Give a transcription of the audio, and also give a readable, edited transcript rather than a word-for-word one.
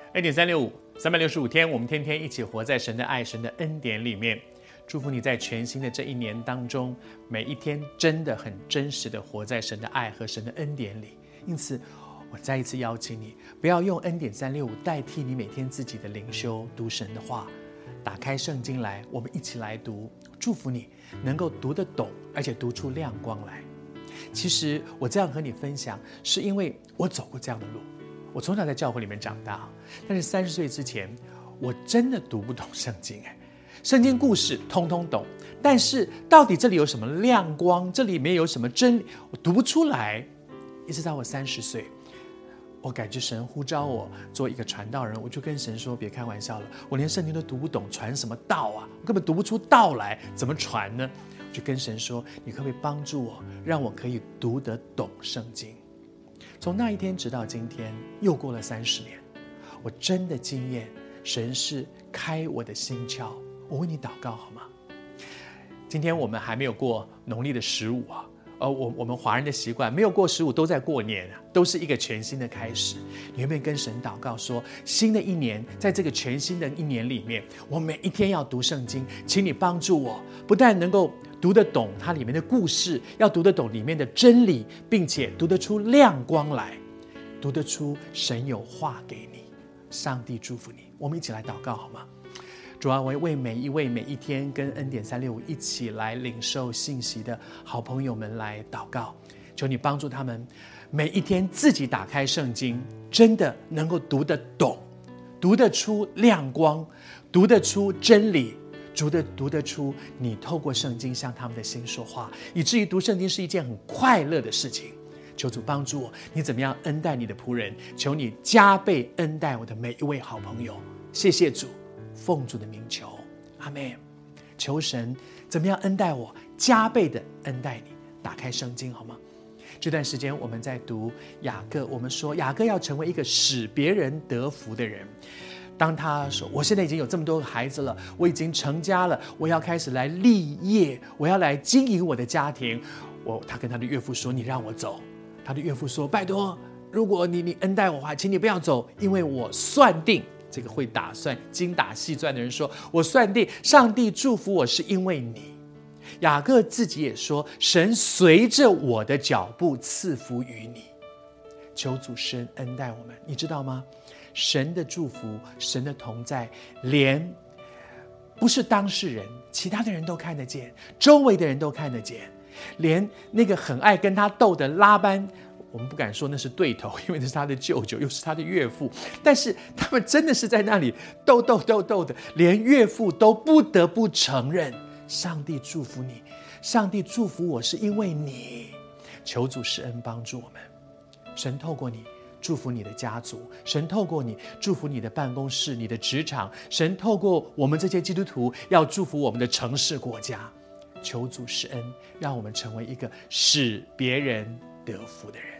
2.365，365天，我们天天一起活在神的爱、神的恩典里面。祝福你在全新的这一年当中，每一天真的很真实的活在神的爱和神的恩典里。因此，我再一次邀请你，不要用恩典365代替你每天自己的灵修读神的话。打开圣经来，我们一起来读。祝福你能够读得懂，而且读出亮光来。其实我这样和你分享，是因为我走过这样的路。我从小在教会里面长大，但是30岁之前，我真的读不懂圣经。圣经故事通通懂，但是到底这里有什么亮光，这里面有什么真理，我读不出来。一直到我30岁，我感觉神呼召我做一个传道人，我就跟神说：别开玩笑了，我连圣经都读不懂，传什么道啊？我根本读不出道来，怎么传呢？我就跟神说：你可不可以帮助我，让我可以读得懂圣经？从那一天直到今天，又过了30年，我真的经验神是开我的心窍。我为你祷告好吗？今天我们还没有过农历的15啊，我们华人的习惯，没有过15都在过年，都是一个全新的开始。你会不会跟神祷告说，新的一年，在这个全新的一年里面，我每一天要读圣经，请你帮助我，不但能够读得懂它里面的故事，要读得懂里面的真理，并且读得出亮光来，读得出神有话给你。上帝祝福你。我们一起来祷告好吗？主啊，我为每一位每一天跟恩典365一起来领受信息的好朋友们来祷告，求你帮助他们每一天自己打开圣经，真的能够读得懂，读得出亮光，读得出真理，读得出你透过圣经向他们的心说话，以至于读圣经是一件很快乐的事情。求主帮助我，你怎么样恩待你的仆人？求你加倍恩待我的每一位好朋友。谢谢主，奉主的名求，阿们。求神怎么样恩待我，加倍的恩待你。打开圣经好吗？这段时间我们在读雅各，我们说雅各要成为一个使别人得福的人。当他说我现在已经有这么多个孩子了，我已经成家了，我要开始来立业，我要来经营我的家庭。他跟他的岳父说，你让我走。他的岳父说，拜托，如果你恩待我的话，请你不要走，因为我算定，这个会打算精打细算的人说，我算定上帝祝福我是因为你。雅各自己也说，神随着我的脚步赐福于你。求主神恩待我们。你知道吗？神的祝福，神的同在，连不是当事人，其他的人都看得见，周围的人都看得见，连那个很爱跟他斗的拉班，我们不敢说那是对头，因为那是他的舅舅，又是他的岳父，但是他们真的是在那里斗的，连岳父都不得不承认，上帝祝福你，上帝祝福我是因为你。求主施恩帮助我们，神透过你祝福你的家族，神透过你祝福你的办公室、你的职场，神透过我们这些基督徒要祝福我们的城市国家。求主施恩，让我们成为一个使别人得福的人。